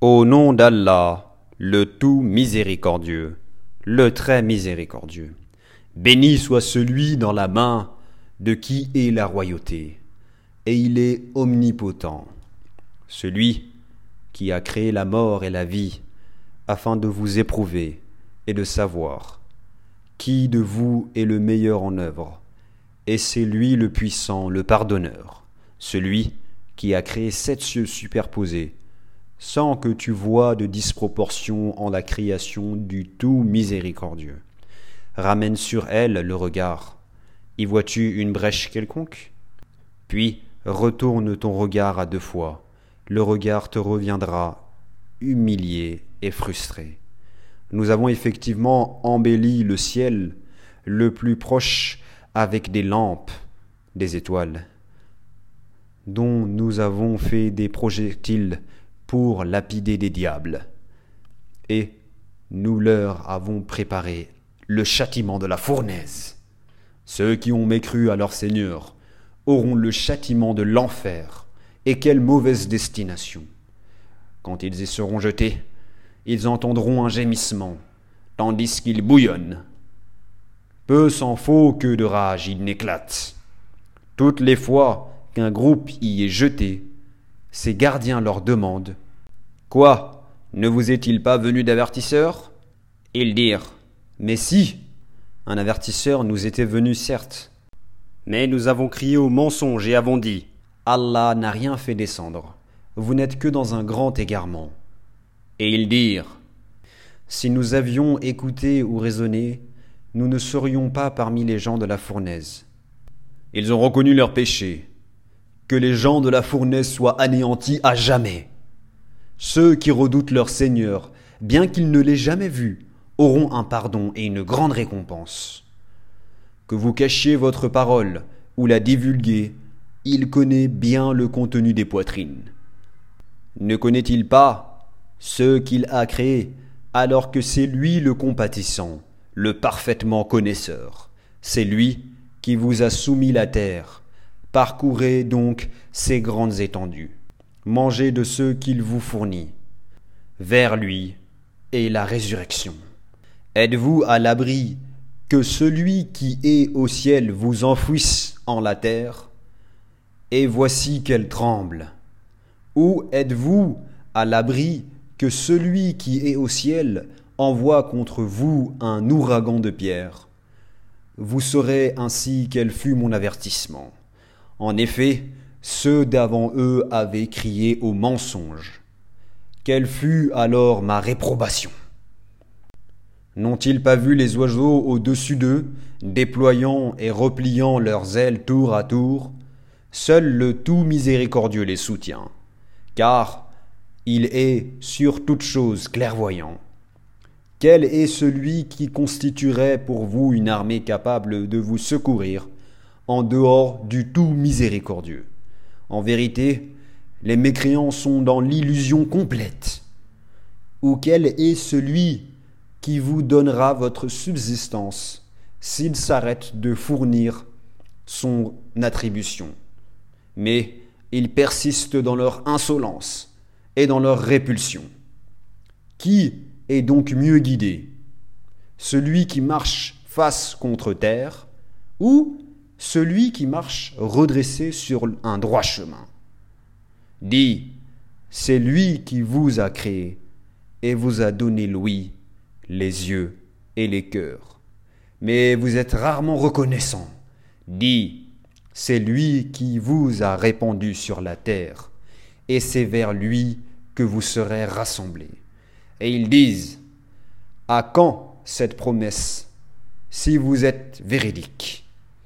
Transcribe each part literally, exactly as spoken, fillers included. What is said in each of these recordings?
Au nom d'Allah, le tout miséricordieux, le très miséricordieux. Béni soit celui dans la main de qui est la royauté, et il est omnipotent. Celui qui a créé la mort et la vie, afin de vous éprouver et de savoir qui de vous est le meilleur en œuvre. Et c'est lui le puissant, le pardonneur, celui qui a créé sept cieux superposés, sans que tu vois de disproportion en la création du tout miséricordieux. Ramène sur elle le regard. Y vois-tu une brèche quelconque? Puis retourne ton regard à deux fois. Le regard te reviendra humilié et frustré. Nous avons effectivement embelli le ciel le plus proche avec des lampes, des étoiles, dont nous avons fait des projectiles pour lapider des diables. Et nous leur avons préparé le châtiment de la fournaise. Ceux qui ont mécru à leur Seigneur auront le châtiment de l'enfer. Et quelle mauvaise destination! Quand ils y seront jetés, ils entendront un gémissement, tandis qu'ils bouillonnent. Peu s'en faut que de rage il n'éclate. Toutes les fois qu'un groupe y est jeté, ses gardiens leur demandent « Quoi, ne vous est-il pas venu d'avertisseur ?» Ils dirent « Mais si, un avertisseur nous était venu certes. Mais nous avons crié au mensonge et avons dit « Allah n'a rien fait descendre, vous n'êtes que dans un grand égarement. » Et ils dirent « Si nous avions écouté ou raisonné, nous ne serions pas parmi les gens de la fournaise. » Ils ont reconnu leur péché. Que les gens de la fournaise soient anéantis à jamais. Ceux qui redoutent leur Seigneur, bien qu'ils ne l'aient jamais vu, auront un pardon et une grande récompense. Que vous cachiez votre parole ou la divulguez, il connaît bien le contenu des poitrines. Ne connaît-il pas ceux qu'il a créés, alors que c'est lui le compatissant, le parfaitement connaisseur. C'est lui qui vous a soumis la terre. Parcourez donc ces grandes étendues. Mangez de ceux qu'il vous fournit. Vers lui est la résurrection. Êtes-vous à l'abri que celui qui est au ciel vous enfouisse en la terre? Et voici qu'elle tremble. Ou êtes-vous à l'abri que celui qui est au ciel envoie contre vous un ouragan de pierre? Vous saurez ainsi quel fut mon avertissement. En effet, ceux d'avant eux avaient crié au mensonge. Quelle fut alors ma réprobation? N'ont-ils pas vu les oiseaux au-dessus d'eux, déployant et repliant leurs ailes tour à tour? Seul le tout miséricordieux les soutient, car il est sur toute chose clairvoyant. Quel est celui qui constituerait pour vous une armée capable de vous secourir en dehors du tout miséricordieux? En vérité, les mécréants sont dans l'illusion complète. Ou quel est celui qui vous donnera votre subsistance s'il s'arrête de fournir son attribution? Mais ils persistent dans leur insolence et dans leur répulsion. Qui est donc mieux guidé? Celui qui marche face contre terre ou celui qui marche redressé sur un droit chemin? Dis, c'est lui qui vous a créé et vous a donné l'ouïe, les yeux et les cœurs. Mais vous êtes rarement reconnaissant. Dis, c'est lui qui vous a répandu sur la terre et c'est vers lui que vous serez rassemblés. Et ils disent, à quand cette promesse si vous êtes véridique?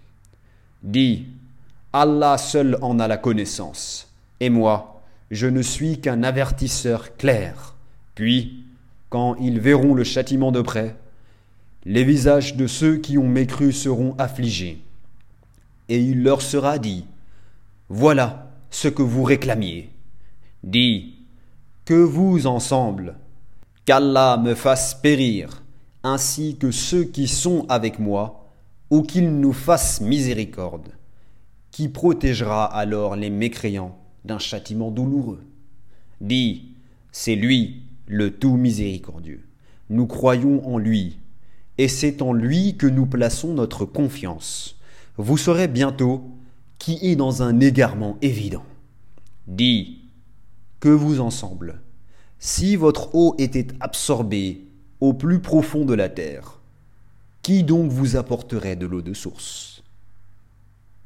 Dis, Allah seul en a la connaissance, et moi, je ne suis qu'un avertisseur clair. Puis, quand ils verront le châtiment de près, les visages de ceux qui ont mécru seront affligés, et il leur sera dit, voilà ce que vous réclamiez. Dis, que vous ensemble, qu'Allah me fasse périr, ainsi que ceux qui sont avec moi, ou qu'il nous fasse miséricorde. Qui protégera alors les mécréants d'un châtiment douloureux? Dis, C'est lui, le tout miséricordieux. Nous croyons en lui, et c'est en lui que nous plaçons notre confiance. Vous saurez bientôt qui est dans un égarement évident. Dis, que vous en semble? Si votre eau était absorbée au plus profond de la terre, qui donc vous apporterait de l'eau de source?